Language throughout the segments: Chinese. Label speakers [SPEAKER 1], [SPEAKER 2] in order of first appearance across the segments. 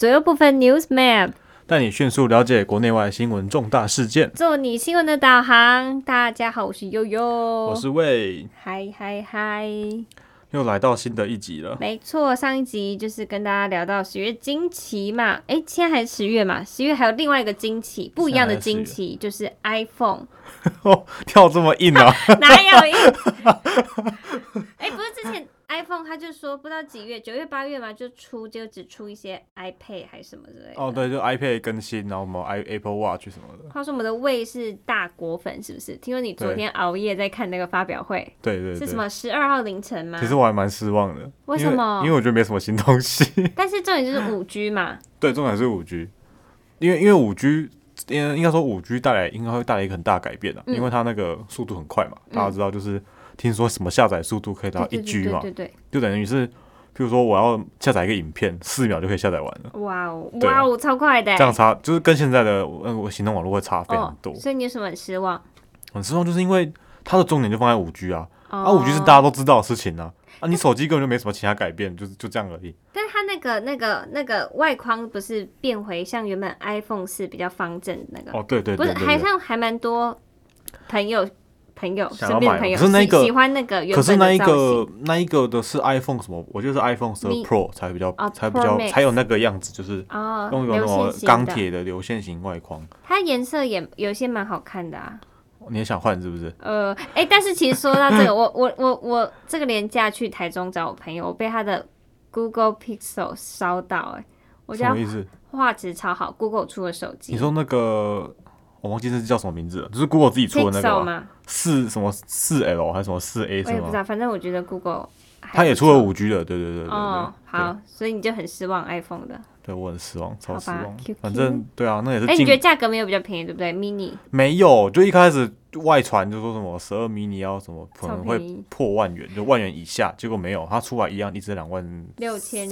[SPEAKER 1] 左右部分 News Map，
[SPEAKER 2] 带你迅速了解国内外新闻重大事件，
[SPEAKER 1] 做你新闻的导航。大家好，我是悠悠，
[SPEAKER 2] 我是魏，
[SPEAKER 1] 嗨嗨嗨，
[SPEAKER 2] 又来到新的一集了。
[SPEAKER 1] 没错，上一集就是跟大家聊到10月惊奇嘛，现在还是10月嘛，10月还有另外一个惊奇，不一样的惊奇，就是 iPhone。
[SPEAKER 2] 跳这么硬啊？
[SPEAKER 1] 哪有硬？不是之前 iPhone 他就说不知道几月，9月8月嘛，就只出一些 iPad 还是什么之类的。
[SPEAKER 2] 哦，对，就 iPad 更新，然后什么 Apple Watch 什么的。
[SPEAKER 1] 话说我们的魏是大果粉是不是？听说你昨天熬夜在看那个发表会，
[SPEAKER 2] 对，是
[SPEAKER 1] 什么12号凌晨吗？
[SPEAKER 2] 其实我还蛮失望的。
[SPEAKER 1] 为什么？
[SPEAKER 2] 因为我觉得没什么新东西。
[SPEAKER 1] 但是重点就是5G 嘛。
[SPEAKER 2] 对，重点是5G，因为5G。应该说5G 应该会带来一个很大的改变因为它那个速度很快嘛，大家知道就是听说什么下载速度可以达到1G 嘛，
[SPEAKER 1] 对，
[SPEAKER 2] 就等于是，譬如说我要下载一个影片，4秒就可以下载完了。
[SPEAKER 1] 哇哦，超快的！
[SPEAKER 2] 这样差就是跟现在的行动网络会差非常多。
[SPEAKER 1] 所以你有什么很失望？
[SPEAKER 2] 很失望就是因为它的重点就放在5G 啊，5G 是大家都知道的事情啊，你手机根本就没什么其他改变，就这样而已。
[SPEAKER 1] 但它那个外框不是变回像原本 iPhone 4比较方正的那个？
[SPEAKER 2] 哦，对，
[SPEAKER 1] 不是，还蛮多朋友身边的朋友
[SPEAKER 2] 可是那个
[SPEAKER 1] 喜欢那个原本的
[SPEAKER 2] 可是
[SPEAKER 1] 造型。
[SPEAKER 2] 那一个的是 iPhone 什么？我觉得是 iPhone 12 Pro 才比较才有那个样子，就是用那种钢铁的流线型外框。
[SPEAKER 1] 它颜色也有些蛮好看的啊。
[SPEAKER 2] 你也想换是不是？
[SPEAKER 1] 但是其实说到这个，我这个连假去台中找我朋友，我被他的 Google Pixel 烧到我觉得画质超好 ，Google 出的手机。
[SPEAKER 2] 你说那个我忘记是叫什么名字了，就是 Google 自己出的那个吗？4L 还是什么4A？
[SPEAKER 1] 我也不知道，反正我觉得 Google
[SPEAKER 2] 它也出了5G 的，对。
[SPEAKER 1] 好，所以你就很失望 iPhone 的。
[SPEAKER 2] 对，我很失望，超失望。
[SPEAKER 1] QQ
[SPEAKER 2] 反正对啊，那也是。
[SPEAKER 1] 你觉得价格没有比较便宜，对不对 ？Mini
[SPEAKER 2] 没有，就一开始外传就说什么12 mini 要什么可能会破1万元，就1万元以下，结果没有，它出来一样，一直26300、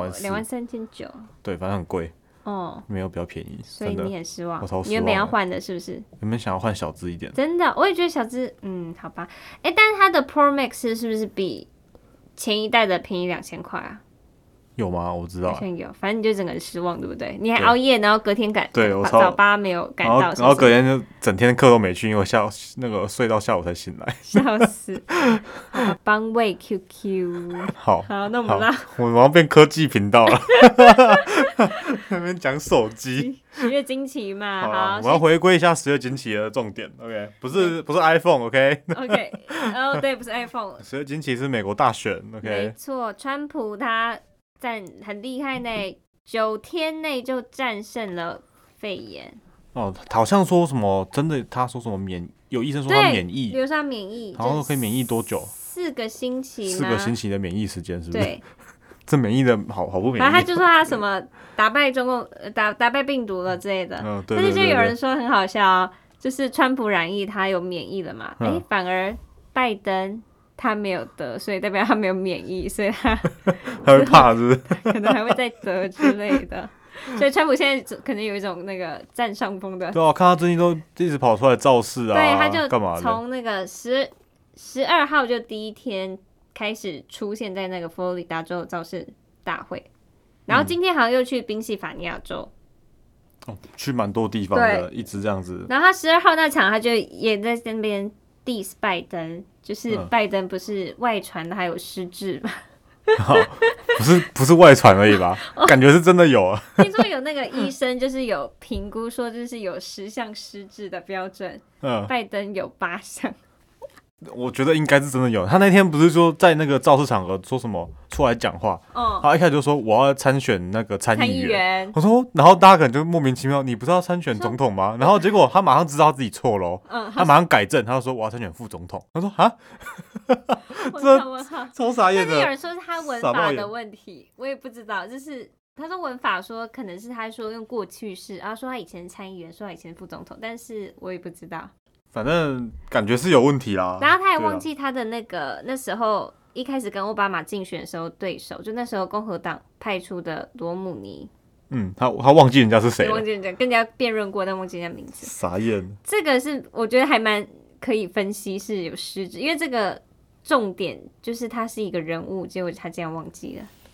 [SPEAKER 1] 23900。
[SPEAKER 2] 对，反正很贵。没有比较便宜，
[SPEAKER 1] 所以你很失望。
[SPEAKER 2] 我超失望。
[SPEAKER 1] 你原本要换的是不是？
[SPEAKER 2] 原本想要换小只一点。
[SPEAKER 1] 真的，我也觉得小只，好吧。但是它的 Pro Max 是不是比前一代的便宜2000块啊？
[SPEAKER 2] 有吗？我知道，
[SPEAKER 1] 好像有，反正你就整个人失望，对不对？你还熬夜，然后隔天
[SPEAKER 2] 对我
[SPEAKER 1] 早八没有赶到，
[SPEAKER 2] 然后隔天就整天课都没去，因为我睡到下午才醒来，
[SPEAKER 1] 笑死！帮魏 QQ，
[SPEAKER 2] 好，
[SPEAKER 1] 那我们
[SPEAKER 2] 我们要变科技频道了，那边讲手机
[SPEAKER 1] 10月惊奇嘛，好，
[SPEAKER 2] 我们要回归一下10月惊奇的重点 ，OK， 不是 iPhone，OK，
[SPEAKER 1] OK， 对，不是 iPhone，10
[SPEAKER 2] 月惊奇是美国大选 ，OK，
[SPEAKER 1] 没错，川普他很厉害呢，9天内就战胜了肺炎。
[SPEAKER 2] 好像说什么真的，他说什么有医生说他免疫，
[SPEAKER 1] 比如说他免疫，
[SPEAKER 2] 然后可以免疫多久
[SPEAKER 1] ？4个星期
[SPEAKER 2] ，4个星期的免疫时间是不是？
[SPEAKER 1] 对，
[SPEAKER 2] 这免疫的好不免疫。
[SPEAKER 1] 反正他就说他什么打败中共，打败病毒了之类的。
[SPEAKER 2] 对。
[SPEAKER 1] 但是就有人说很好笑就是川普染疫，他有免疫了嘛？反而拜登他没有得，所以代表他没有免疫，所以他
[SPEAKER 2] 会怕是不是？
[SPEAKER 1] 可能还会再得之类的。所以川普现在可能有一种那个占上风的。
[SPEAKER 2] 对啊，看他最近都一直跑出来造势啊，
[SPEAKER 1] 对，他就
[SPEAKER 2] 干嘛的？
[SPEAKER 1] 从那个12号就第一天开始出现在那个佛罗里达州造势大会，然后今天好像又去宾夕法尼亚州。
[SPEAKER 2] 去蛮多地方的，一直这样子。
[SPEAKER 1] 然后他12号那场，他就也在那边 diss 拜登，就是拜登不是外传的还有失智嘛？
[SPEAKER 2] 不是外传而已吧？感觉是真的有啊。
[SPEAKER 1] 听说有那个医生就是有评估说，就是有10项失智的标准，拜登有8项。
[SPEAKER 2] 我觉得应该是真的有。他那天不是说在那个造势场合说什么出来讲话，他一开始就说我要参选那个参议员。我说，然后大家可能就莫名其妙，你不是要参选总统吗？然后结果他马上知道自己错了，他马上改正，他就说我要参选副总统。他说啊，这超傻眼的。
[SPEAKER 1] 但是有人说是他文法的问题，我也不知道，就是他说文法说可能是他说用过去式，然后说他以前是参议员，说他以前是副总统，但是我也不知道。
[SPEAKER 2] 反正感觉是有问题啦。
[SPEAKER 1] 然后他还忘记他的那时候一开始跟奥巴马竞选的时候对手，就那时候共和党派出的罗姆尼。
[SPEAKER 2] 他忘记人家是谁了，
[SPEAKER 1] 忘记人家跟人家辩论过，但忘记人家名字。
[SPEAKER 2] 傻眼。
[SPEAKER 1] 这个是我觉得还蛮可以分析是有失职，因为这个重点就是他是一个人物，结果他竟然忘记了。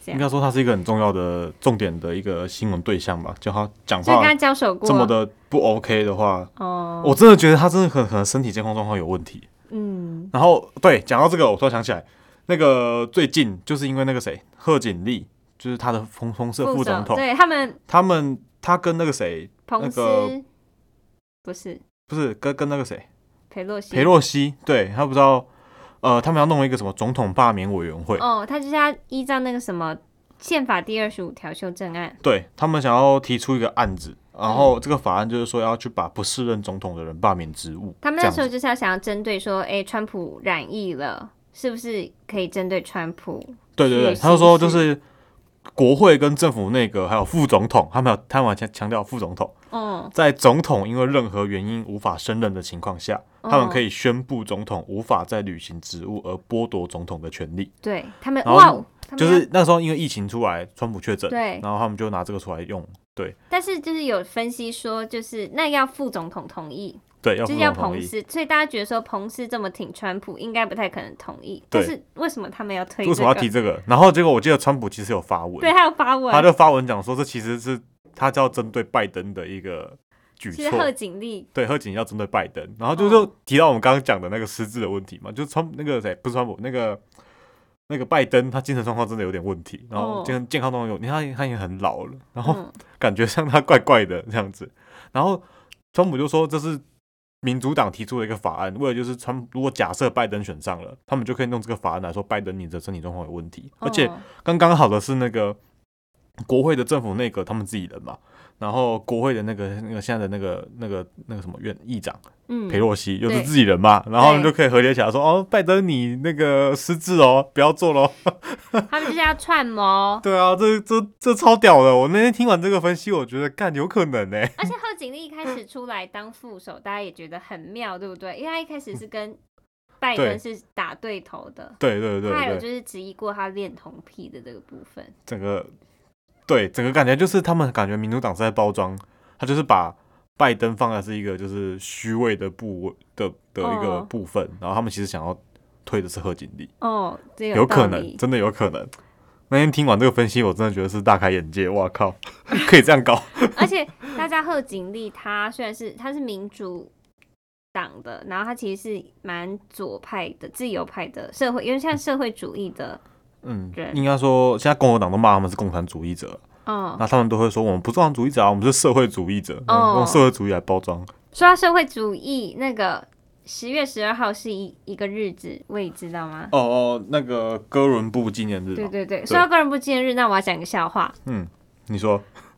[SPEAKER 2] 应该说他是一个很重要的重点的一个新闻对象吧，叫他讲话
[SPEAKER 1] 就跟他交手过
[SPEAKER 2] 这么的不 OK 的话，我真的觉得他真的可能身体健康状况有问题。然后对，讲到这个，我突然想起来，那个最近就是因为那个谁贺锦丽，就是他的风社副总统，
[SPEAKER 1] 对
[SPEAKER 2] 他跟那个谁，
[SPEAKER 1] 彭斯、不是
[SPEAKER 2] 跟那个谁
[SPEAKER 1] 裴
[SPEAKER 2] 洛西，对，他不知道他们要弄一个什么总统罢免委员会
[SPEAKER 1] 他就是要依照那个什么宪法第25条修正案，
[SPEAKER 2] 对他们想要提出一个案子。然后这个法案就是说要去把不适任总统的人罢免职务。
[SPEAKER 1] 他们那时候就是要想要针对说，川普染疫了，是不是可以针对川普？
[SPEAKER 2] 对，他就说就是国会跟政府内阁还有副总统，他们强调副总统，在总统因为任何原因无法胜任的情况下，他们可以宣布总统无法再履行职务而剥夺总统的权利。
[SPEAKER 1] 对他们，
[SPEAKER 2] 就是那时候因为疫情出来，川普确诊，
[SPEAKER 1] 对，
[SPEAKER 2] 然后他们就拿这个出来用。对，
[SPEAKER 1] 但是就是有分析说，就是那要副总统同意，
[SPEAKER 2] 对，
[SPEAKER 1] 就是要彭斯，所以大家觉得说彭斯这么挺川普，应该不太可能同意。但是为什么他们要推？
[SPEAKER 2] 为什么要提这个？然后结果我记得川普其实有发文，
[SPEAKER 1] 对，他有发文，
[SPEAKER 2] 他就发文讲说，这其实是他要针对拜登的一个举措。
[SPEAKER 1] 其实贺锦丽
[SPEAKER 2] 要针对拜登，然后就提到我们刚刚讲的那个失智的问题嘛，就是那个谁不是川普那个拜登，他精神状况真的有点问题，然后健康状况他已经很老了，然后感觉像他怪怪的这样子。然后川普就说这是民主党提出的一个法案，为了就是如果假设拜登选上了，他们就可以用这个法案来说拜登你的身体状况有问题，而且刚刚好的是那个国会的政府内阁他们自己人嘛，然后国会的那个现在的那个什么议长裴洛西又是自己人嘛，然后他们就可以和解起来说拜登你那个失智不要做咯。
[SPEAKER 1] 他们就是要串谋。
[SPEAKER 2] 对啊，这超屌的！我那天听完这个分析，我觉得干有可能
[SPEAKER 1] 而且贺锦丽一开始出来当副手，大家也觉得很妙，对不对？因为他一开始是跟拜登是打对头的，
[SPEAKER 2] 对，
[SPEAKER 1] 他还有就是质疑过他恋童癖的这个部分。
[SPEAKER 2] 整个感觉就是他们感觉民主党是在包装，他就是把拜登放在是一个就是虚伪的一个部分，然后他们其实想要推的是贺锦丽。有可能，真的有可能。那天听完这个分析，我真的觉得是大开眼界。哇靠，可以这样搞！
[SPEAKER 1] 而且大家贺锦丽他虽然他是民主党的，然后他其实是蛮左派的、自由派的社会，因为像社会主义的人，
[SPEAKER 2] 应该说现在共和党都骂他们是共产主义者。那他们都会说我们不是共产主义者啊，我们是社会主义者，用社会主义来包装。
[SPEAKER 1] 说到社会主义，那个10月12号是一个日子，我也知道吗？
[SPEAKER 2] 那个哥伦布纪念日。
[SPEAKER 1] 对，说到哥伦布纪念日，那我要讲一个笑话。
[SPEAKER 2] 你说。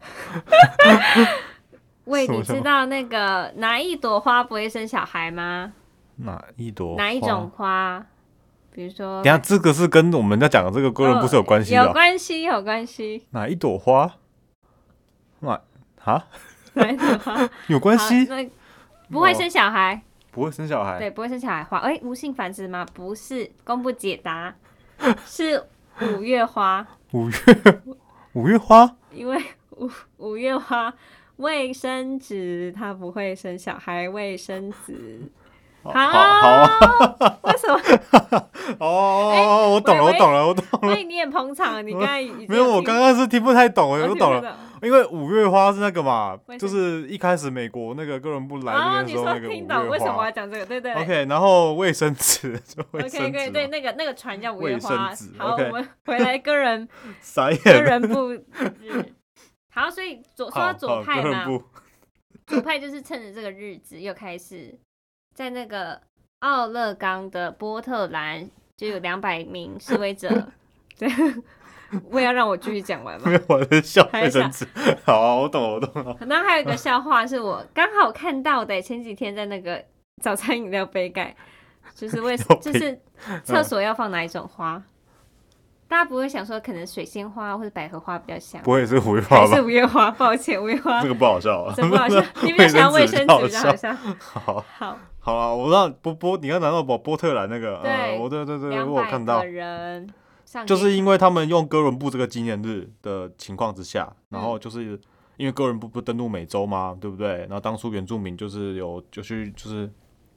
[SPEAKER 1] 喂，你知道那个哪一朵花不会生小孩吗？
[SPEAKER 2] 哪一
[SPEAKER 1] 种花？比如说，
[SPEAKER 2] 等一下这个是跟我们在讲的这个哥伦布是有关系的。
[SPEAKER 1] 有关系。
[SPEAKER 2] 哪一朵花？哪一朵花？有关系？
[SPEAKER 1] 不会生小孩。
[SPEAKER 2] 不会生小孩。
[SPEAKER 1] 对，不会生小孩花。无性繁殖吗？不是，公布解答，是五月花。
[SPEAKER 2] 五月花？
[SPEAKER 1] 因为五月花未生殖，它不会生小孩，未生子。好为什么？
[SPEAKER 2] 我懂了。
[SPEAKER 1] 所以你也捧场，你刚才
[SPEAKER 2] 没有？我刚刚是听不太懂，我懂了。因为五月花是那个嘛，就是一开始美国那个哥伦布来这边的时候，那个五月花。
[SPEAKER 1] 听懂为什么我要讲这个？对。
[SPEAKER 2] OK， 然后卫生纸就卫生纸。
[SPEAKER 1] OK， 对，那个船叫五月花。好，我们回来哥伦布日。好，所以说到左派嘛，左派就是趁着这个日子又开始。在那个奥勒冈的波特兰，就有200名示威者。对，我也要让我继续讲完吗？
[SPEAKER 2] 没有，我在笑卫生纸。好，我懂了。
[SPEAKER 1] 然后还有一个笑话是我刚好看到的，前几天在那个早餐饮料杯盖，就是就是厕所要放哪一种花？大家不会想说可能水仙花或者百合花比较香？
[SPEAKER 2] 不会是五月花吧？
[SPEAKER 1] 还是五月花？抱歉，五月花
[SPEAKER 2] 这个不好笑啊，
[SPEAKER 1] 不好笑。你比较喜欢卫生纸比较好笑。
[SPEAKER 2] 好啊，我让你刚才说波特兰那个，对，我有看到。
[SPEAKER 1] 人
[SPEAKER 2] 就是因为他们用哥伦布这个纪念日的情况之下，然后就是因为哥伦布不登陆美洲嘛，对不对？然后当初原住民就是有就是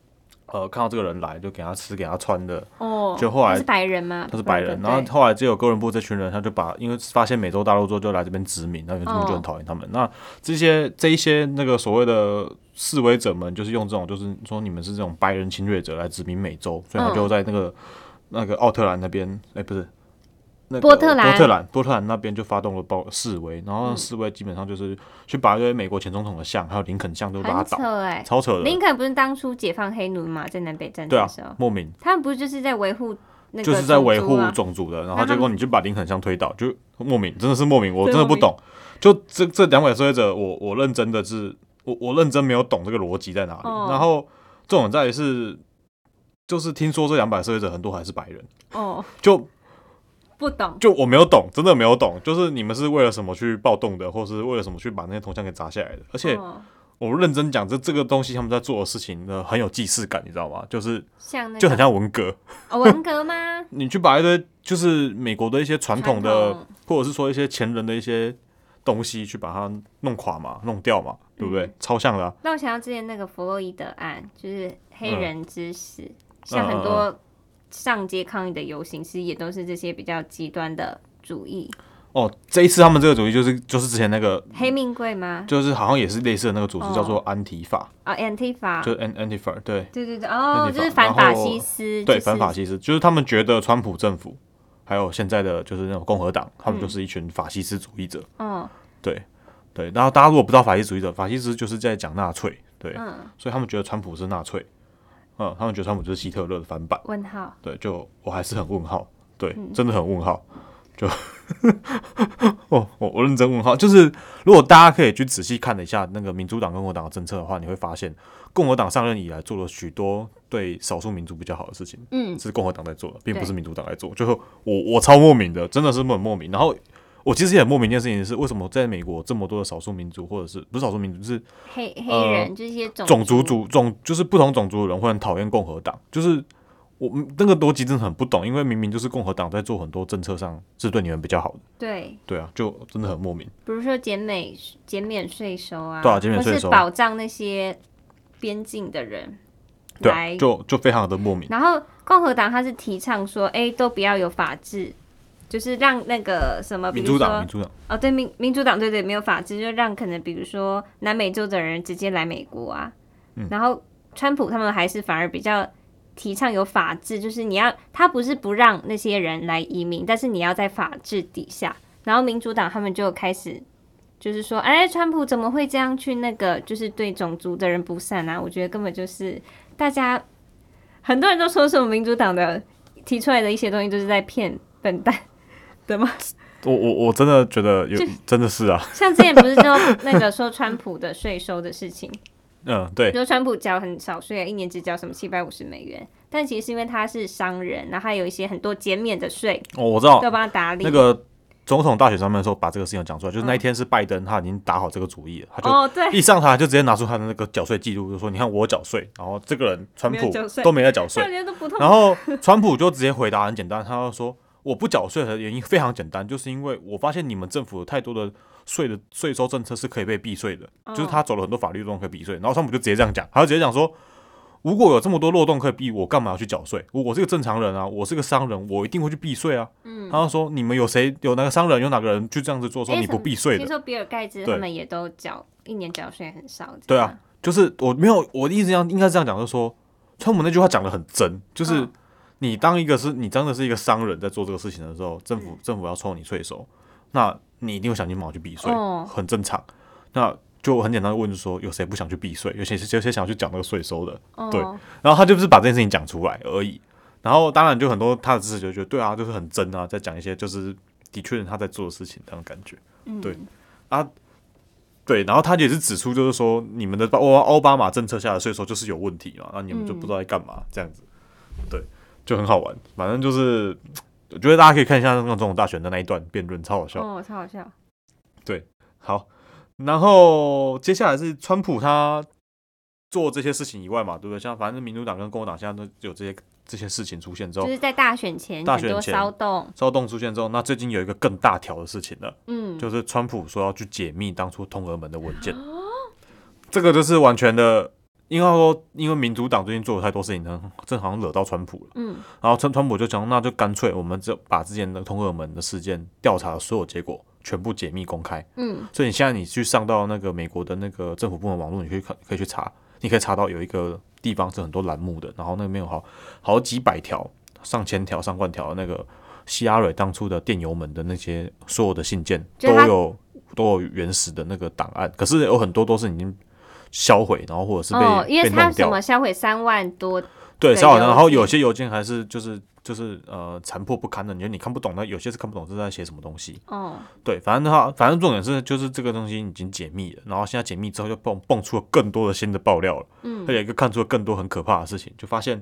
[SPEAKER 2] 看到这个人来就给他吃给他穿的。
[SPEAKER 1] 就后来他是白人吗？
[SPEAKER 2] 他是白人，然后后来只有哥伦布这群人，他就因为发现美洲大陆之后就来这边殖民，那原住民就很讨厌他们。那这一些那个所谓的示威者们，就是用这种就是说你们是这种白人侵略者来殖民美洲，所以他就在那个奥特兰那边，不是。波特兰那边就发动了示威，然后示威基本上就是去把一堆美国前总统的像还有林肯像都拉倒，超扯的。
[SPEAKER 1] 林肯不是当初解放黑奴嘛，在南北战争的时候，
[SPEAKER 2] 莫名
[SPEAKER 1] 他们不是就是在维护那个
[SPEAKER 2] 就是在维护种族的，然后结果你就把林肯像推倒，就莫名，真的是莫名，我真的不懂。就这200示威者，我认真的是我认真没有懂这个逻辑在哪里。然后重点在于就是听说这200示威者很多还是白人，就。
[SPEAKER 1] 不懂，
[SPEAKER 2] 就我没有懂，真的没有懂，就是你们是为了什么去暴动的，或是为了什么去把那些铜像给砸下来的？而且我认真讲，这个东西他们在做的事情呢，很有既视感，你知道吗？就是就很像文革。
[SPEAKER 1] 文革吗？
[SPEAKER 2] 你去把一堆就是美国的一些传统的，或者是说一些前人的一些东西，去把它弄垮嘛，弄掉嘛，对不对？超像的啊。
[SPEAKER 1] 那我想到之前那个弗洛伊德案，就是黑人之死，像很多。上街抗议的游行，其实也都是这些比较极端的主义。
[SPEAKER 2] 这一次他们这个主义就是之前那个
[SPEAKER 1] 黑命贵吗？
[SPEAKER 2] 就是好像也是类似的那个组织，叫做安提法。
[SPEAKER 1] 安提法
[SPEAKER 2] 就是 Antifa， 对，
[SPEAKER 1] 就是反法西斯。
[SPEAKER 2] 对，反法西斯，就是他们觉得川普政府还有现在的就是那种共和党，他们就是一群法西斯主义者。对。然后大家如果不知道法西斯主义者，法西斯就是在讲纳粹，对，所以他们觉得川普是纳粹。他们觉得川普就是希特勒的翻版。
[SPEAKER 1] 问号。
[SPEAKER 2] 对，就我还是很问号，对，真的很问号。就我认真问号。就是如果大家可以去仔细看一下那个民主党跟共和党的政策的话，你会发现共和党上任以来做了许多对少数民族比较好的事情，是共和党在做的，并不是民主党在做。就是我超莫名的，真的是很莫名。然后。我其实也很莫名一件事情是，为什么在美国这么多的少数民族，或者是不是少数民族，就是
[SPEAKER 1] 黑人，就是一些
[SPEAKER 2] 种族就是不同种族的人会很讨厌共和党，就是我那个逻辑真的很不懂，因为明明就是共和党在做很多政策上是对你们比较好的，对啊，就真的很莫名。
[SPEAKER 1] 比如说减免税收啊，
[SPEAKER 2] 对啊，减免税收，
[SPEAKER 1] 或是保障那些边境的人，
[SPEAKER 2] 对啊，就非常的莫名。
[SPEAKER 1] 然后共和党他是提倡说，都不要有法治。就是让那个什么，
[SPEAKER 2] 民主党
[SPEAKER 1] 对，民主党对没有法治，就让可能比如说南美洲的人直接来美国啊，然后川普他们还是反而比较提倡有法治，就是他不是不让那些人来移民，但是你要在法治底下。然后民主党他们就开始就是说，川普怎么会这样去那个，就是对种族的人不善啊？我觉得根本就是大家很多人都说什么民主党的提出来的一些东西都是在骗笨蛋。对吗？
[SPEAKER 2] 我真的觉得真的是啊。
[SPEAKER 1] 像之前不是就那个说川普的税收的事情，
[SPEAKER 2] 对，
[SPEAKER 1] 就川普缴很少税，一年只缴什么$750，但其实是因为他是商人，然后他有一些很多减免的税，
[SPEAKER 2] 我知道，
[SPEAKER 1] 都帮他打理。
[SPEAKER 2] 那个总统大选上面的时候，把这个事情讲出来，就是那一天是拜登他已经打好这个主意了，他就一上台就直接拿出他的那个缴税记录，就说你看我缴税，然后这个人川普都没在缴税，然后川普就直接回答很简单，他就说。我不缴税的原因非常简单，就是因为我发现你们政府有太多的税收政策是可以被避税的，就是他走了很多法律漏洞可以避税。然后川普就直接这样讲，他就直接讲说，如果有这么多漏洞可以避，我干嘛要去缴税？我是个正常人啊，我是个商人，我一定会去避税啊。他就说你们有哪个商人有哪个人去这样子做，说你不避税的？
[SPEAKER 1] 听说比尔盖茨他们也都一年缴税很少。
[SPEAKER 2] 对啊，就是我的意思应该这样讲，就是说川普那句话讲得很真，就是。你真的是一个商人，在做这个事情的时候，政府要抽你税收，那你一定会想尽办法去避税，很正常。那就很简单的问，就是说有谁不想去避税？有些想要去缴那个税收的，对。然后他就是把这件事情讲出来而已。然后当然就很多他的支持者就觉得，对啊，就是很真啊，在讲一些就是的确他在做的事情那种感觉，对啊。对，然后他也是指出，就是说你们的奥巴马政策下的税收就是有问题嘛，那你们就不知道在干嘛这样子，对。就很好玩，反正就是，我觉得大家可以看一下那个总统大选的那一段辩论，超好笑。
[SPEAKER 1] 超好笑。
[SPEAKER 2] 对，好，然后接下来是川普他做这些事情以外嘛，对不对？像反正民主党跟共和党现在都有这些事情出现之后，
[SPEAKER 1] 就是在大选前很多骚
[SPEAKER 2] 动出现之后，那最近有一个更大条的事情了，就是川普说要去解密当初通俄门的文件，这个就是完全的。 因为民主党最近做了太多事情，正好像惹到川普了。然后川普就讲，那就干脆我们就把之前的通俄门的事件调查的所有结果全部解密公开。所以你现在你去上到那个美国的那个政府部门网络，你可以去查，你可以查到有一个地方是很多栏目的，然后那边有好几百条、上千条、上万条那个希拉蕊当初的电邮门的那些所有的信件都有原始的那个档案，可是有很多都是已经销毁，然后或者是被弄掉，
[SPEAKER 1] 因为他什么销毁3万多，
[SPEAKER 2] 对，销毁，然后有些邮件还是就是残破不堪的，你看不懂，那有些是看不懂是在写什么东西。对，反正重点是就是这个东西已经解密了，然后现在解密之后就蹦出了更多的新的爆料了，而且又看出了更多很可怕的事情，就发现，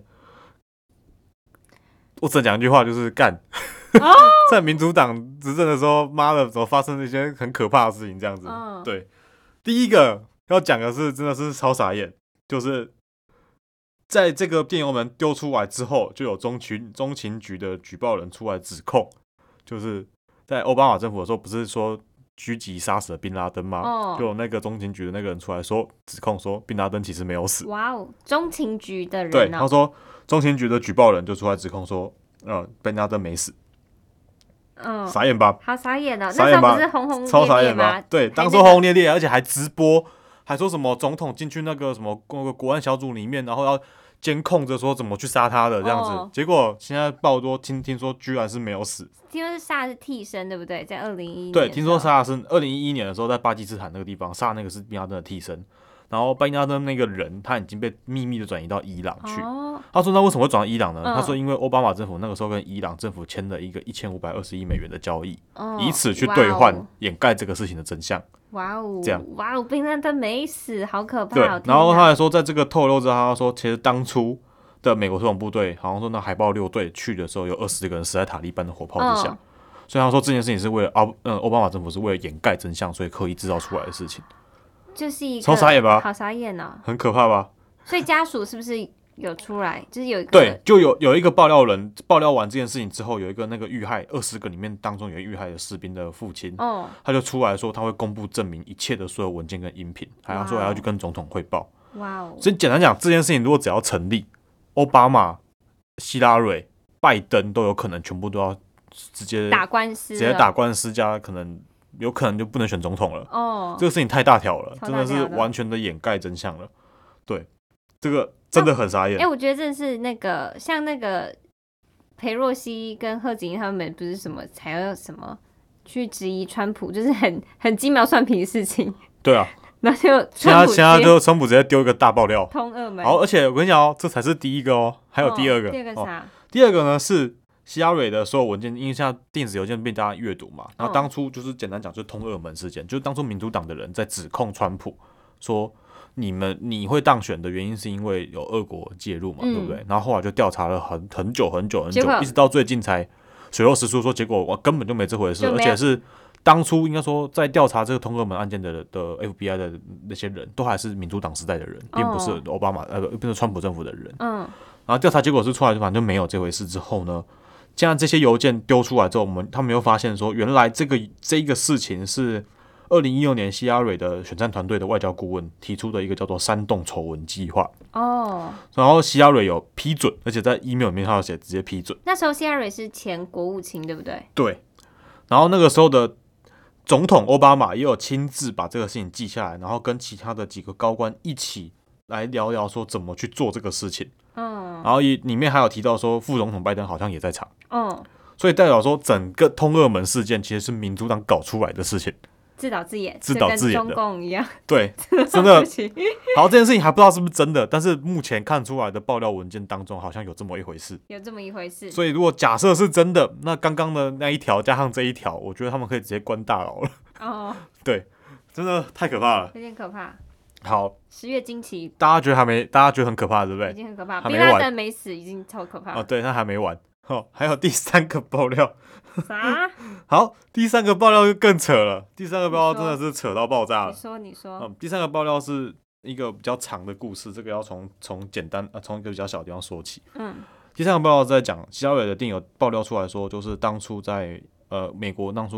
[SPEAKER 2] 我只能讲一句话，就是干。在民主党执政的时候，妈的，怎么发生了一些很可怕的事情？这样子，对，第一个要讲的是，真的是超傻眼，就是在这个电邮门丢出来之后，就有中情局的举报人出来指控，就是在奥巴马政府的时候，不是说狙击杀死了宾拉登吗？就有那个中情局的那个人出来说，指控说宾拉登其实没有死。
[SPEAKER 1] 哇哦，中情局的人，
[SPEAKER 2] 对，他说中情局的举报人就出来指控说，宾拉登没死。傻眼吧？
[SPEAKER 1] 好傻眼哦！那时候不是轰轰烈烈吗？
[SPEAKER 2] 超傻眼吧？对，当时轰轰烈烈，而且还直播，还说什么总统进去那个什么国安小组里面，然后要监控着说怎么去杀他的这样子。结果现在爆多听说居然是没有死，
[SPEAKER 1] 听说是杀的是替身，对不对？在2011年。
[SPEAKER 2] 对，听说杀的是2011年的时候，在巴基斯坦那个地方杀那个是宾拉登的替身。然后宾拉登那个人他已经被秘密的转移到伊朗去。他说那为什么会转到伊朗呢？他说因为奥巴马政府那个时候跟伊朗政府签了一个1520亿美元的交易，以此去兑换掩盖这个事情的真相。
[SPEAKER 1] 哇哦，
[SPEAKER 2] 这样
[SPEAKER 1] 哇哦，宾拉登没死，好可怕。
[SPEAKER 2] 对，然后他还说在这个透露之后，他说其实当初的美国特种部队好像说那海豹6队去的时候有20个人死在塔利班的火炮之下，所以他说这件事情是为了奥巴马政府是为了掩盖真相，所以刻意制造出来的事情。
[SPEAKER 1] 就是一个
[SPEAKER 2] 超傻眼吧？
[SPEAKER 1] 好傻眼哦，
[SPEAKER 2] 很可怕吧？
[SPEAKER 1] 所以家属是不是有出来？就是有一个
[SPEAKER 2] 对，就有一个爆料人爆料完这件事情之后，有一个那个遇害20个里面当中有一个遇害的士兵的父亲，他就出来说他会公布证明一切的所有文件跟音频，还要说还要去跟总统汇报。
[SPEAKER 1] 哇哦！
[SPEAKER 2] 所以简单讲，这件事情如果只要成立，奥巴马、希拉蕊、拜登都有可能全部都要直接
[SPEAKER 1] 打官司，
[SPEAKER 2] 直接打官司加有可能就不能选总统了。这个事情太大条了，真的是完全的掩盖真相了。对，这个真的很傻眼。
[SPEAKER 1] 我觉得真的是像那个裴洛西跟贺锦丽他们不是什么才要什么去质疑川普，就是很鸡毛蒜皮的事情。
[SPEAKER 2] 对啊，
[SPEAKER 1] 那就
[SPEAKER 2] 现在就川普直接丢一个大爆料，
[SPEAKER 1] 通俄门。
[SPEAKER 2] 好，而且我跟你讲这才是第一个哦，还有第二个。
[SPEAKER 1] 第二个啥？
[SPEAKER 2] 第二个呢是希拉蕊的所有文件，因为现在电子邮件被大家阅读嘛，然后当初就是简单讲，就是通俄门事件，就是当初民主党的人在指控川普说你会当选的原因是因为有俄国介入嘛，对不对？然后后来就调查了很久，一直到最近才水落石出，说结果我根本就没这回事，而且是当初应该说在调查这个通俄门案件的 FBI 的那些人都还是民主党时代的人，并不是奥巴马不是川普政府的人。然后调查结果是出来，反正就没有这回事。之后呢，现在这些邮件丢出来之后，他们又发现说，原来这个事情是2016年希拉蕊的选战团队的外交顾问提出的一个叫做煽动丑闻计划。然后希拉蕊有批准，而且在 email 里面他有写直接批准。
[SPEAKER 1] 那时候希拉蕊是前国务卿，对不对？
[SPEAKER 2] 对。然后那个时候的总统奥巴马也有亲自把这个事情记下来，然后跟其他的几个高官一起来聊聊说怎么去做这个事情。然后里面还有提到说副总统拜登好像也在场。所以代表说整个通俄门事件其实是民主党搞出来的事情，
[SPEAKER 1] 自导自演，
[SPEAKER 2] 跟
[SPEAKER 1] 中共一样。
[SPEAKER 2] 对，真的。好，这件事情还不知道是不是真的，但是目前看出来的爆料文件当中好像有这么一回事。所以如果假设是真的，那刚刚的那一条加上这一条，我觉得他们可以直接关大牢了。对，真的太可怕了，
[SPEAKER 1] 有点可怕。
[SPEAKER 2] 好
[SPEAKER 1] ，10月惊奇，
[SPEAKER 2] 大家觉得很可怕，对不对？
[SPEAKER 1] 已经很可怕，宾拉登没死，已经超可怕。
[SPEAKER 2] 对，他还没完。还有第三个爆料。
[SPEAKER 1] 啥？
[SPEAKER 2] 好，第三个爆料就更扯了。第三个爆料真的是扯到爆炸了。
[SPEAKER 1] 你说。
[SPEAKER 2] 第三个爆料是一个比较长的故事，这个要从简单从一个比较小的地方说起。第三个爆料在讲希拉蕊的电邮爆料出来说，就是当初在美国当初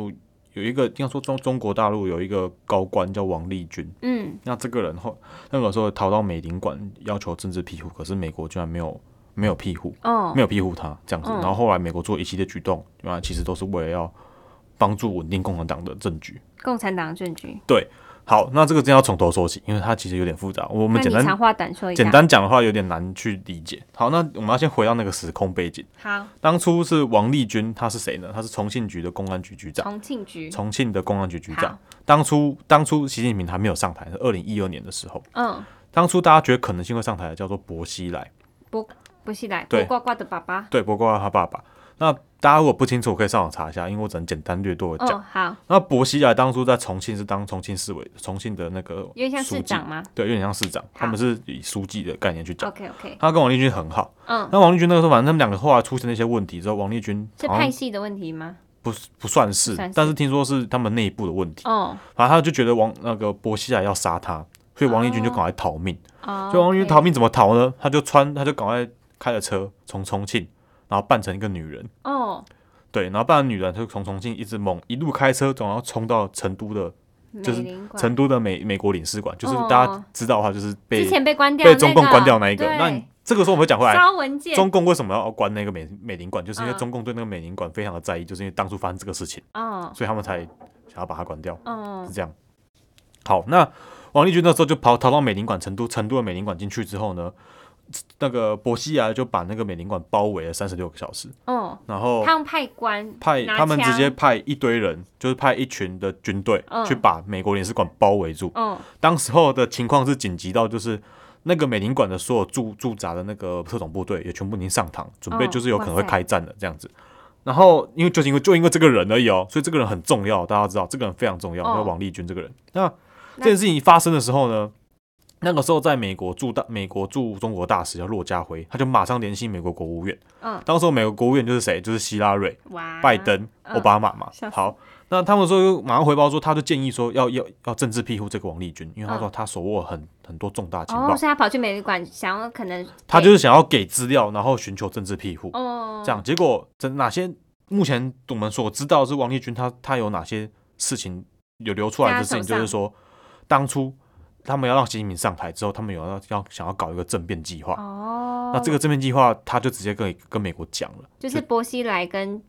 [SPEAKER 2] 有一个应该说中国大陆有一个高官叫王立军，那这个人那个时候逃到美领馆要求政治庇护，可是美国居然没有庇护，没有庇护他这样子，然后后来美国做一系列举动，原来其实都是为了要帮助稳定共产党的政局。
[SPEAKER 1] 共产党政局。
[SPEAKER 2] 对，好，那这个真要从头说起，因为它其实有点复杂。我们
[SPEAKER 1] 长话短说一下。
[SPEAKER 2] 简单讲的话有点难去理解。好，那我们要先回到那个时空背景。
[SPEAKER 1] 好，
[SPEAKER 2] 当初是王立军，他是谁呢？他是重庆局的公安局局长。重庆的公安局局长。当初习近平还没有上台，是2012年的时候。当初大家觉得可能性会上台的叫做薄熙来。
[SPEAKER 1] 薄熙来，薄瓜瓜的爸爸。
[SPEAKER 2] 对，薄瓜瓜他爸爸。那大家如果不清楚，我可以上网查一下，因为我只能简单略多的讲。
[SPEAKER 1] 好。
[SPEAKER 2] 那薄熙来当初在重庆是当重庆市委，重庆的那个
[SPEAKER 1] 有点像市长吗？
[SPEAKER 2] 对，有点像市长，他们是以书记的概念去讲。
[SPEAKER 1] OK。
[SPEAKER 2] 他跟王立军很好。那王立军那个时候，反正他们两个后来出现了一些问题之后，王立军
[SPEAKER 1] 是派系的问题吗？
[SPEAKER 2] 不算是，但是听说是他们内部的问题。反正他就觉得那个薄熙来要杀他，所以王立军就赶快逃命。所以王立军逃命怎么逃呢？他就赶快开了车从重庆，然后扮成一个女人。对，然后扮成女人，他就从重庆一路开车，然后冲到成都的，就是成都的美国领事馆，就是大家知道的话，就是
[SPEAKER 1] 之前被关掉，
[SPEAKER 2] 被中共关掉那一个。那这个时候我们会讲回来，中共为什么要关那个美领馆，就是因为中共对那个美领馆非常的在意，就是因为当初发生这个事情，所以他们才想要把它关掉，是这样。好，那王立军那时候就逃到美领馆，成都的美领馆进去之后呢，那个薄熙来就把那个美领馆包围了36个小时。然后
[SPEAKER 1] 他们
[SPEAKER 2] 他们直接派一堆人，就是派一群的军队去把美国领事馆包围住。当时候的情况是紧急到就是那个美领馆的所有驻扎的那个特种部队也全部已经上膛，准备就是有可能会开战的这样子。然后因为这个人而已所以这个人很重要，大家知道这个人非常重要，叫王立军这个人。那这件事情发生的时候呢，那个时候在美国驻中国大使叫骆家辉，他就马上联系美国国务院。当时美国国务院就是谁？就是希拉蕊、拜登、奥巴马嘛。好，那他们说就马上回报说，他就建议说要政治庇护这个王立军，因为他说他手握很多重大情报。
[SPEAKER 1] 所以他跑去美领馆，想要可能
[SPEAKER 2] 他就是想要给资料，然后寻求政治庇护。这样结果哪些目前我们所知道的是王立军他有哪些事情有流出来的事情，就是说当初他们要让习近平上台之后，他们想要搞一个政变计划。那这个政变计划，他就直接跟美国讲了，
[SPEAKER 1] 就是薄熙来跟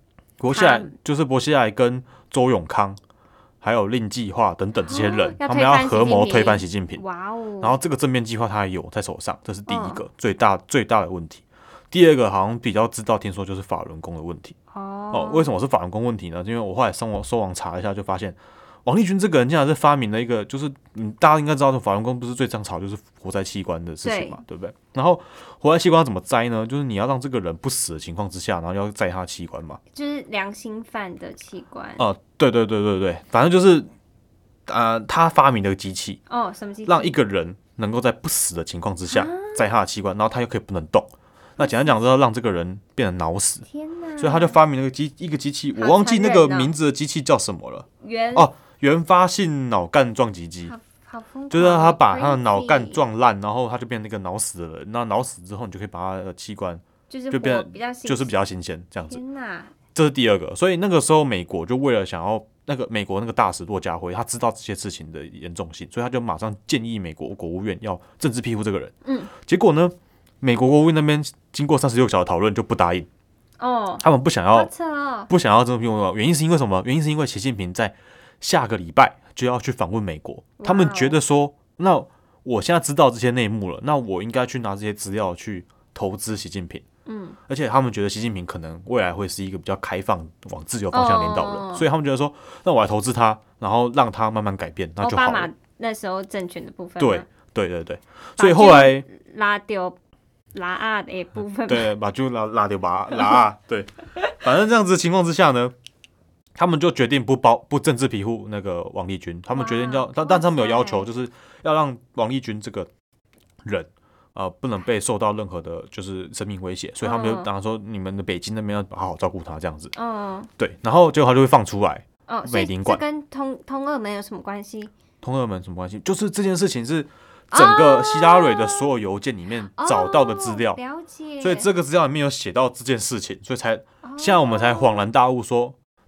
[SPEAKER 2] 周永康，还有令计划等等这些人，他们要合谋推翻习近平。然后这个政变计划他也有在手上，这是第一个最大的问题。第二个好像比较听说就是法轮功的问题。为什么是法轮功问题呢？因为我后来上网查一下，就发现王立军这个人竟然是发明了一个，就是大家应该知道，法轮功不是最常吵就是活摘器官的事情嘛， 对不对？然后活摘器官要怎么摘呢？就是你要让这个人不死的情况之下，然后要摘他的器官嘛，
[SPEAKER 1] 就是良心犯的器官。
[SPEAKER 2] 对，反正就是他发明了个机器，
[SPEAKER 1] 什么机器？
[SPEAKER 2] 让一个人能够在不死的情况之下摘他的器官，然后他又可以不能动。那简单讲，就是让这个人变得脑死。
[SPEAKER 1] 天哪！
[SPEAKER 2] 所以他就发明了一个机器，我忘记那个名字的机器叫什么了。原发性脑干撞击机。就是他把他的脑干撞烂，然后他就变成那个脑死的人。那脑死之后，你就可以把他的器官就变得就是比较新鲜这样子。
[SPEAKER 1] 天哪！
[SPEAKER 2] 这是第二个。所以那个时候美国就为了想要美国那个大使骆家辉，他知道这些事情的严重性，所以他就马上建议美国国务院要政治庇护这个人。结果呢，美国国务院那边经过36小时讨论就不答应。他们不想要政治庇护，原因是因为什么？原因是因为习近平在下个礼拜就要去访问美国，他们觉得说，那我现在知道这些内幕了，那我应该去拿这些资料去投资习近平。而且他们觉得习近平可能未来会是一个比较开放、往自由方向领导人，所以他们觉得说，那我来投资他，然后让他慢慢改变，那就好了。
[SPEAKER 1] 奥巴马那时候政权的部分，
[SPEAKER 2] 对，所以后来
[SPEAKER 1] 拉啊的部分，
[SPEAKER 2] 对，把就拉掉吧，拉啊，对，反正这样子的情况之下呢，他们就决定不政治庇护那个王立军，他们决定但他们有要求，就是要让王立军这个人不能被受到任何的就是生命威胁，所以他们就当然说你们的北京那边要好好照顾他这样子。对，然后结果他就会放出来。美领馆
[SPEAKER 1] 这跟通俄门有什么关系？
[SPEAKER 2] 通俄门什么关系？就是这件事情是整个希拉蕊的所有邮件里面找到的资料，
[SPEAKER 1] 了解。
[SPEAKER 2] 所以这个资料里面有写到这件事情，所以现在我们才恍然大悟说，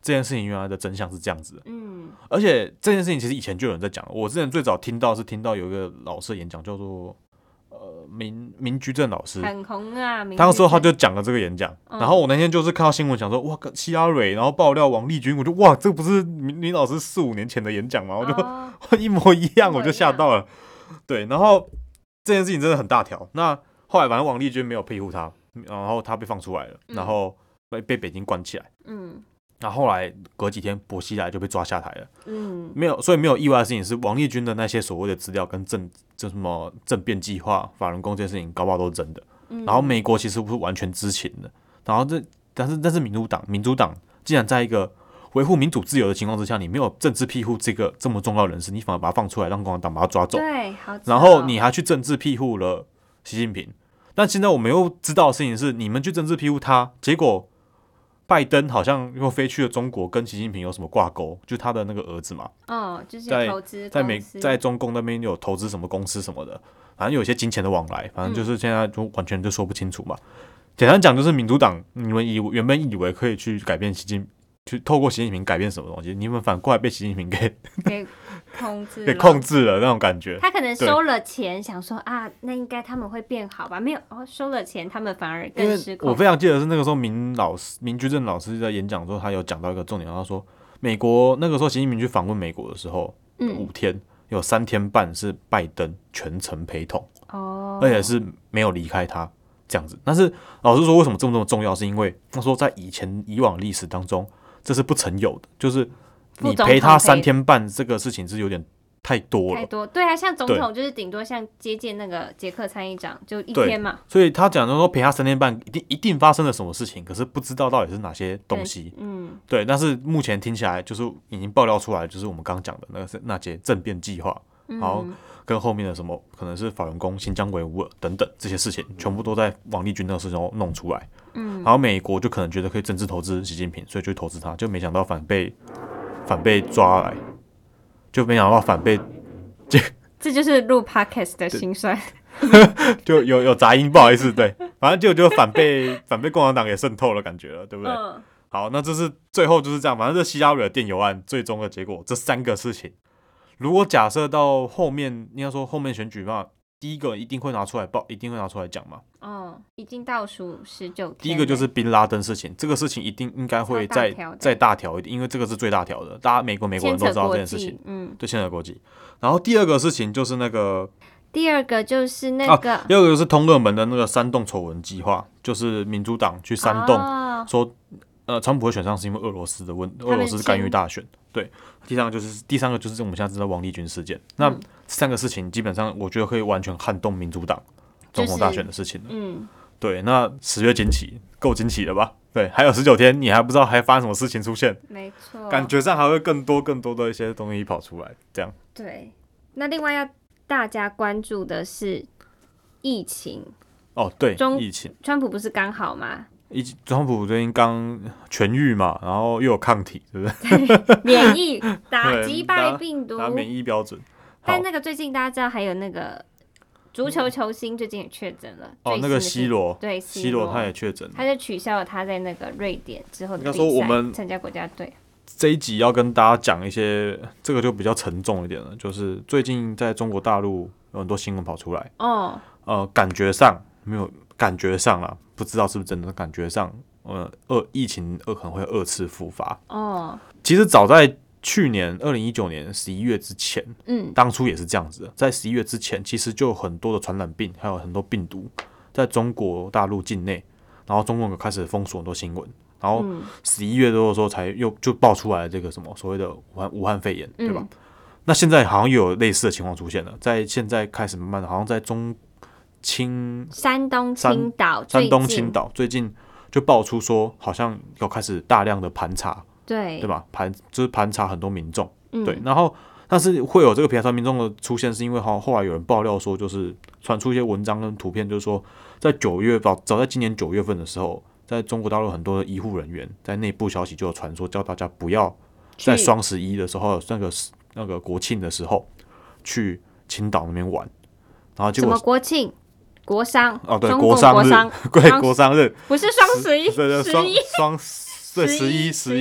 [SPEAKER 2] 这件事情原来的真相是这样子的。而且这件事情其实以前就有人在讲，我之前最早听到有一个老师的演讲，叫做明居正老师，
[SPEAKER 1] 很红啊。
[SPEAKER 2] 他那时候他就讲了这个演讲，然后我那天就是看到新闻，想说哇，希拉蕊，然后爆料王丽君，我就哇，这不是明老师4-5年前的演讲吗？我就一模一样，我就吓到了。对，然后这件事情真的很大条。那后来反正王丽君没有庇护他，然后他被放出来了，然后被北京关起来。然后后来隔几天，薄熙来就被抓下台了。所以没有意外的事情是，王丽君的那些所谓的资料跟什么政变计划、法轮功这件事情，搞不好都是真的。然后美国其实不是完全知情的。然后但是民主党既然在一个维护民主自由的情况之下，你没有政治庇护这么重要的人士，你反而把他放出来，让共产党把他抓走。
[SPEAKER 1] 对，好。
[SPEAKER 2] 然后你还去政治庇护了习近平。但现在我们又知道的事情是，你们去政治庇护他，结果拜登好像又飞去了中国，跟习近平有什么挂钩？就他的那个儿子嘛，
[SPEAKER 1] 就是投资公司
[SPEAKER 2] 在中共那边有投资什么公司什么的，反正有一些金钱的往来，反正就是现在就完全就说不清楚嘛。简单讲就是民主党，你们原本以为可以去改变去透过习近平改变什么东西，你们反过来被习近平给控制了那种感觉。
[SPEAKER 1] 他可能收了钱，想说啊，那应该他们会变好吧？没有，收了钱，他们反而更失控。
[SPEAKER 2] 我非常记得是那个时候明居正老师在演讲的时候，他有讲到一个重点，他说美国那个时候习近平去访问美国的时候，5天有3天半是拜登全程陪同，而且是没有离开他这样子。但是老实说，为什么这么重要？是因为他说在以往历史当中，这是不曾有的，就是你陪他3天半这个事情是有点太多了。
[SPEAKER 1] 太多，对啊，像总统就是顶多像接见那个捷克参议长就1天嘛。
[SPEAKER 2] 所以他讲的说陪他3天半，一定发生了什么事情，可是不知道到底是哪些东西。对。但是目前听起来就是已经爆料出来，就是我们刚刚讲的那些政变计划，然后跟后面的什么可能是法轮功、新疆维吾尔等等这些事情，全部都在王立军那个事情弄出来。然后美国就可能觉得可以政治投资习近平，所以就投资他，就没想到反被抓来，就没想到反被
[SPEAKER 1] 这就是录 podcast 的心酸。
[SPEAKER 2] 就有杂音，不好意思。对，反正就反被共产党给渗透了感觉了，对不对？好，那这是最后就是这样。反正这希拉蕊的电邮案最终的结果，这3个事情，如果假设到后面，应该说后面选举嘛，第一个一定会拿出来报，一定会拿出来讲嘛。
[SPEAKER 1] 已经倒数19天。
[SPEAKER 2] 第一个就是宾拉登事情，这个事情应该会再大条一点，因为这个是最大条的，大家美国人都知道这件事情，对，牵扯国际。然后第二个事情就是
[SPEAKER 1] 第二个就是第
[SPEAKER 2] 二个就是通俄门的那个煽动丑闻计划，就是民主党去煽动说，川普会选上是因为俄罗斯干预大选。对，第三个就是我们现在知道王立军事件。那这3个事情基本上我觉得可以完全撼动民主党总统大选的事情了。对，那10月惊奇够惊奇了吧？对，还有19天，你还不知道还发生什么事情出现，
[SPEAKER 1] 没错，
[SPEAKER 2] 感觉上还会更多的一些东西跑出来，这样。
[SPEAKER 1] 对，那另外要大家关注的是疫情。
[SPEAKER 2] 对，疫情，
[SPEAKER 1] 川普不是刚好吗？
[SPEAKER 2] 川普最近刚痊愈嘛，然后又有抗体，对不
[SPEAKER 1] 对？免疫击败病毒，
[SPEAKER 2] 打免疫标准。
[SPEAKER 1] 但那个最近大家知道还有那个足球球星最近也确诊了。
[SPEAKER 2] 那个 C 罗，
[SPEAKER 1] 对
[SPEAKER 2] C 罗他也确诊了，
[SPEAKER 1] 他就取消了他在那个瑞典之后的比赛，
[SPEAKER 2] 应该说我们
[SPEAKER 1] 参加国家队。
[SPEAKER 2] 这一集要跟大家讲一些，这个就比较沉重一点了，就是最近在中国大陆有很多新闻跑出来。感觉上没有，感觉上啦，不知道是不是真的，感觉上疫情可能会2次复发。其实早在去年2019年11月之前，当初也是这样子的，在11月之前，其实就有很多的传染病，还有很多病毒在中国大陆境内，然后中共开始封锁很多新闻，然后11月多的时候才又就爆出来这个什么所谓的武汉肺炎，对吧？那现在好像又有类似的情况出现了，在现在开始慢慢的，好像在
[SPEAKER 1] 山东青岛
[SPEAKER 2] 最近就爆出说，好像有开始大量的盘查，对吧？就是盘查很多民众，对，然后但是会有这个盘查民众的出现，是因为后来有人爆料说，就是传出一些文章跟图片，就是说在早在今年9月份的时候，在中国大陆很多的医护人员在内部消息就有传说，叫大家不要在双11的时候，那个国庆的时候去青岛那边玩，然后结果
[SPEAKER 1] 什么国庆？国商
[SPEAKER 2] 对，国商日，对，国商日
[SPEAKER 1] 不是双11，
[SPEAKER 2] 对11，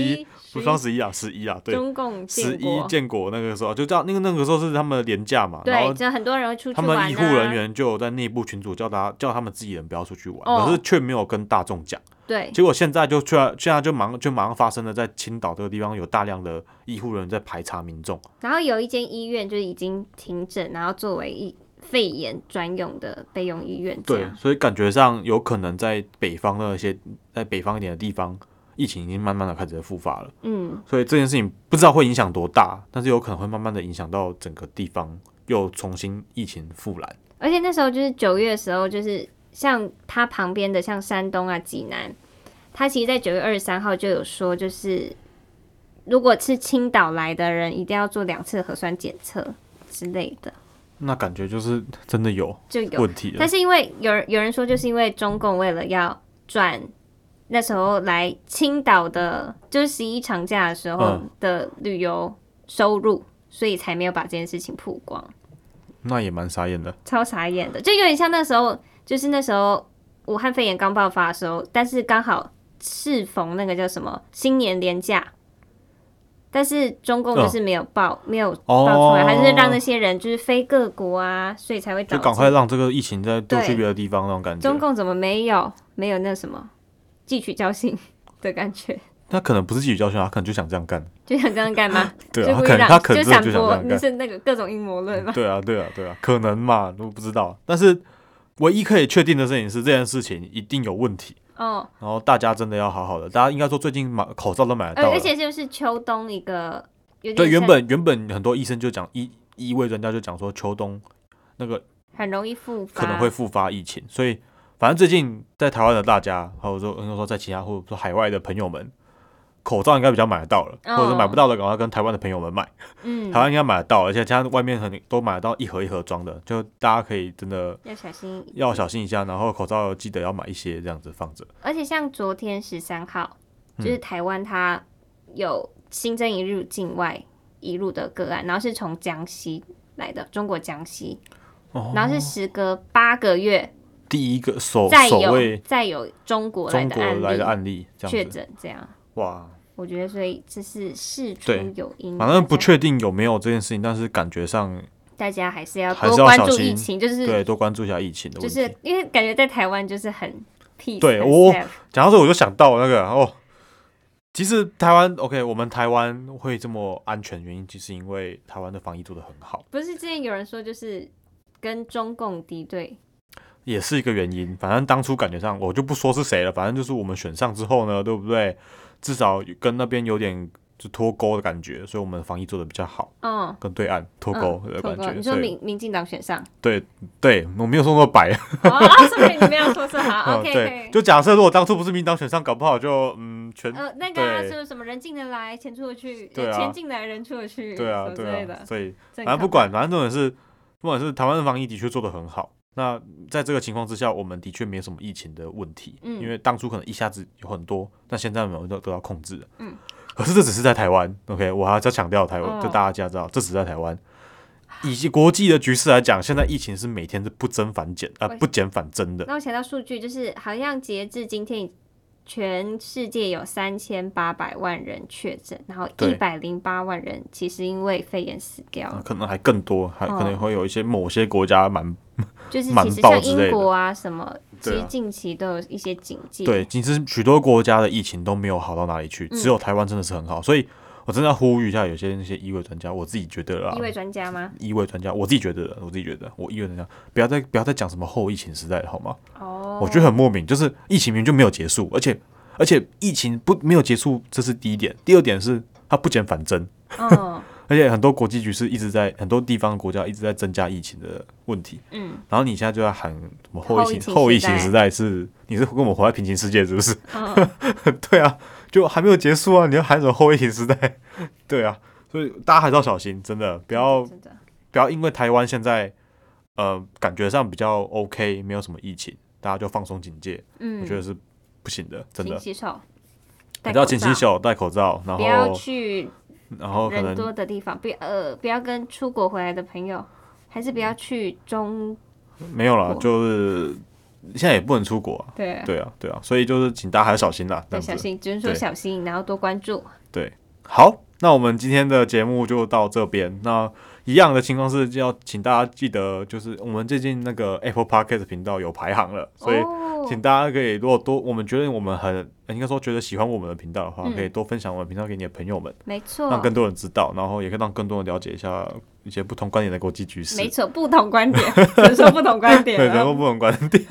[SPEAKER 2] 不双11啊，11啊，对，
[SPEAKER 1] 中共
[SPEAKER 2] 11建国那个时候就叫那个时候是他们的连假嘛，
[SPEAKER 1] 对，就很多人会出去玩
[SPEAKER 2] 他们医护人员就有在内部群组叫他们自己人不要出去玩，可是却没有跟大众讲。
[SPEAKER 1] 对，
[SPEAKER 2] 结果现在就马上发生了，在青岛这个地方有大量的医护人员在排查民众，
[SPEAKER 1] 然后有一间医院就已经停诊，然后作为肺炎专用的备用医院。
[SPEAKER 2] 对，所以感觉上有可能在北方一点的地方，疫情已经慢慢的开始复发了。所以这件事情不知道会影响多大，但是有可能会慢慢的影响到整个地方又重新疫情复燃。
[SPEAKER 1] 而且那时候就是9月的时候，就是像它旁边的像山东啊、济南，它其实在9月23号就有说，就是如果是青岛来的人，一定要做2次核酸检测之类的。
[SPEAKER 2] 那感觉就是真的有问题了。
[SPEAKER 1] 但是因为有人说，就是因为中共为了要赚那时候来青岛的，就是11长假的时候的旅游收入，所以才没有把这件事情曝光。
[SPEAKER 2] 那也蛮傻眼的，
[SPEAKER 1] 超傻眼的，就有点像那时候，就是那时候武汉肺炎刚爆发的时候，但是刚好适逢那个叫什么新年连假，但是中共就是没有爆出来，还是让那些人就是飞各国啊，所以才会导致
[SPEAKER 2] 就赶快让这个疫情再多去别的地方那种感觉。
[SPEAKER 1] 中共怎么没有那什么汲取教训的感觉？
[SPEAKER 2] 他可能不是汲取教训，他可能就想这样干，
[SPEAKER 1] 就想这样干吗？
[SPEAKER 2] 对啊，他可能就想这样干，
[SPEAKER 1] 你是那个各种阴谋论嘛？
[SPEAKER 2] 对啊，可能嘛，我不知道。但是唯一可以确定的事情是，这件事情一定有问题。然后大家真的要好好的，大家应该说最近口罩都买得到了，
[SPEAKER 1] 而且就是秋冬一个
[SPEAKER 2] 对，原本很多医生就讲医卫专家就讲说秋冬那个
[SPEAKER 1] 很容易复发，
[SPEAKER 2] 可能会复发疫情，所以反正最近在台湾的大家，或者说在其他或者说海外的朋友们，口罩应该比较买得到了，或者说买不到的赶快跟台湾的朋友们买。台湾应该买得到，而且现在外面都买得到一盒一盒装的，就大家可以真的要小心一下，然后口罩记得要买一些这样子放着。
[SPEAKER 1] 而且像昨天13号，就是台湾它有新增一日境外移入的个案，然后是从江西来的，中国江西，然后是时隔8个月
[SPEAKER 2] 第一个
[SPEAKER 1] 再有中国来的案例确诊，这样。
[SPEAKER 2] 哇，
[SPEAKER 1] 我觉得所以这是事出有因，
[SPEAKER 2] 反正不确定有没有这件事情，但是感觉上
[SPEAKER 1] 大家还是要多关注疫情，就是
[SPEAKER 2] 对多关注一下疫情的问题，
[SPEAKER 1] 就是因为感觉在台湾就是很 peace。
[SPEAKER 2] 对，我讲到这我就想到那个其实台湾 OK， 我们台湾会这么安全，原因其实因为台湾的防疫做得很好。
[SPEAKER 1] 不是之前有人说就是跟中共敌对，
[SPEAKER 2] 也是一个原因。反正当初感觉上我就不说是谁了，反正就是我们选上之后呢，对不对？至少跟那边有点就脱钩的感觉，所以我们防疫做得比较好。跟对岸脱钩的感觉。
[SPEAKER 1] 你说民进党选上？
[SPEAKER 2] 对，我没有说那么白。
[SPEAKER 1] 所以你没有说是好。OK，
[SPEAKER 2] 对，就假设如果当初不是民进党选上，搞不好就全
[SPEAKER 1] 那个是什么人进得来，钱出得去，钱进来人出得去，
[SPEAKER 2] 对啊，所以反正不管重点是，不管是台湾的防疫的确做得很好。那在这个情况之下，我们的确没有什么疫情的问题，因为当初可能一下子有很多，但现在没有得到控制了。可是这只是在台湾 ，OK， 我还要再强调台湾，就大家知道，这只是在台湾。以及国际的局势来讲，现在疫情是每天是不增反减，不减反增的。
[SPEAKER 1] 那我想到数据，就是好像截至今天，全世界有3800万人确诊，然后108万人其实因为肺炎死掉，
[SPEAKER 2] 可能还更多，还可能会有一些某些国家
[SPEAKER 1] 就是其实像英国啊什么，其实近期都有一些警戒。
[SPEAKER 2] 对，其实许多国家的疫情都没有好到哪里去，只有台湾真的是很好，所以我真的要呼吁一下，有些那些医卫专家，我自己觉得啦，
[SPEAKER 1] 医卫专家吗？
[SPEAKER 2] 医卫专家，我自己觉得，我医卫专家，不要再讲什么后疫情时代了，好吗？我觉得很莫名，就是疫情明明就没有结束，而且疫情没有结束，这是第一点。第二点是它不减反增。而且很多国际局势很多地方国家一直在增加疫情的问题。然后你现在就在喊什么后疫情时代你是跟我们活在平行世界是不是？对啊，就还没有结束啊！你要喊什么后疫情时代？对啊，所以大家还是要小心，真的不要因为台湾现在感觉上比较 OK， 没有什么疫情，大家就放松警戒。我觉得是不行的，真的。
[SPEAKER 1] 勤洗手，
[SPEAKER 2] 你要勤洗手，戴口罩，然后
[SPEAKER 1] 不要去。
[SPEAKER 2] 然后可能
[SPEAKER 1] 人多的地方，不要跟出国回来的朋友，还是不要去
[SPEAKER 2] 没有啦，就是现在也不能出国啊。对啊，所以就是请大家还是小心啦。
[SPEAKER 1] 对，小心，只是说小心，然后多关注。
[SPEAKER 2] 对， 好，那我们今天的节目就到这边。那一样的情况是，要请大家记得，就是我们最近那个 Apple Podcast 频道有排行了，所以请大家可以，如果我们觉得我们应该说觉得喜欢我们的频道的话，可以多分享我们频道给你的朋友们，
[SPEAKER 1] 没错，
[SPEAKER 2] 让更多人知道，然后也可以让更多人了解一下一些不同观点的国际局势。
[SPEAKER 1] 没错，不同观点，只说不同观点，
[SPEAKER 2] 对，只说不同观点。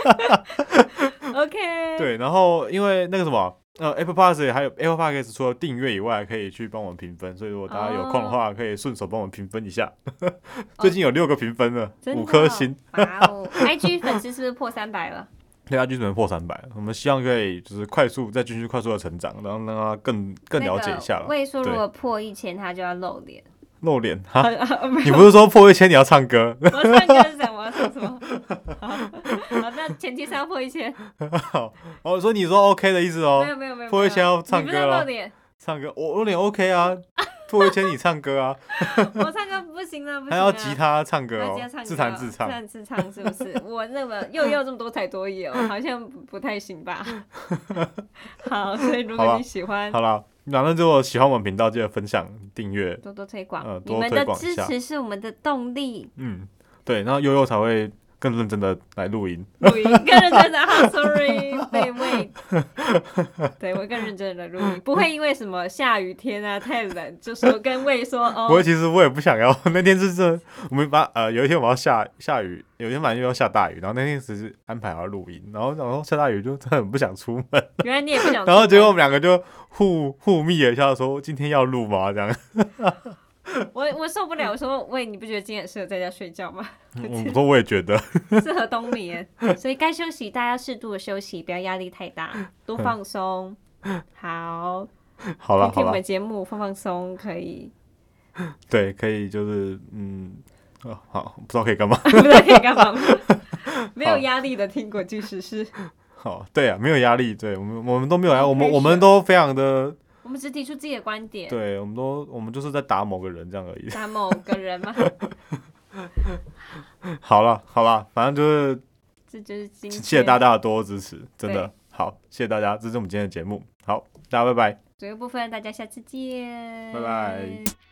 [SPEAKER 1] OK。
[SPEAKER 2] 对，然后因为那个什么。Apple Podcast 还有 Apple Podcast 除了订阅以外，可以去帮我们评分，所以如果大家有空的话，可以顺手帮我们评分一下。最近有6个评分了，5颗星。
[SPEAKER 1] 哇哦！IG 粉丝是不是破300了？
[SPEAKER 2] 对，IG 粉丝破300，我们希望可以就是再继续快速的成长，然后让他更了解一下。
[SPEAKER 1] 魏说如果破1000，他就要露脸。
[SPEAKER 2] 露脸哈？你不是说破1000你要唱歌？
[SPEAKER 1] 我唱歌是什么？我要唱什么？好，那前提是要破1000。
[SPEAKER 2] 好，我说你说 OK 的意思哦。
[SPEAKER 1] 没有，
[SPEAKER 2] 破1000要唱歌了。
[SPEAKER 1] 露脸。
[SPEAKER 2] 唱歌，我露脸 OK 啊。破1000你唱歌啊。
[SPEAKER 1] 我唱歌不行了，
[SPEAKER 2] 还要吉他唱歌哦，自弹自
[SPEAKER 1] 唱是不是？我那么又这么多才多艺哦，好像不太行吧？好，所以如果你喜欢，
[SPEAKER 2] 好啦。反正如果喜欢我们频道，记得分享、订阅，
[SPEAKER 1] 多多推广。你们的支持是我们的动力。
[SPEAKER 2] 对，然后悠悠才会更认真的来录音，
[SPEAKER 1] 更认真的。Sorry， 被喂。对，我更认真的录音，不会因为什么下雨天啊、太冷，就说跟喂说哦。
[SPEAKER 2] 不会，其实我也不想要。那天是我们有一天我们要下雨，有一天晚上又要下大雨，然后那天只是安排好录音，然后下大雨就真的很不想出门。
[SPEAKER 1] 原来你也不想出门。
[SPEAKER 2] 然后结果我们2个就互密了一下，说今天要录吗？这样。
[SPEAKER 1] 我受不了，我说喂，你不觉得今天很适合在家睡觉吗？
[SPEAKER 2] 我说我也觉得
[SPEAKER 1] 适合冬眠，所以该休息大家适度的休息，不要压力太大，多放松。好
[SPEAKER 2] 了，
[SPEAKER 1] 听我们节目放松可以。
[SPEAKER 2] 对，可以就是好，不知道可以干嘛，
[SPEAKER 1] 不知道可以干嘛吗？没有压力的听国际时事。
[SPEAKER 2] 好，对啊，没有压力，对我们都没有压力，我们都非常的。
[SPEAKER 1] 我们只提出自己的观点。
[SPEAKER 2] 对，我们就是在打某个人这样而已。
[SPEAKER 1] 打某个人吗？
[SPEAKER 2] 好了，反正
[SPEAKER 1] 这就是今天。
[SPEAKER 2] 谢谢大家的多支持，真的好，谢谢大家，这是我们今天的节目。好，大家拜拜。
[SPEAKER 1] 这个部分大家下次见，
[SPEAKER 2] 拜拜。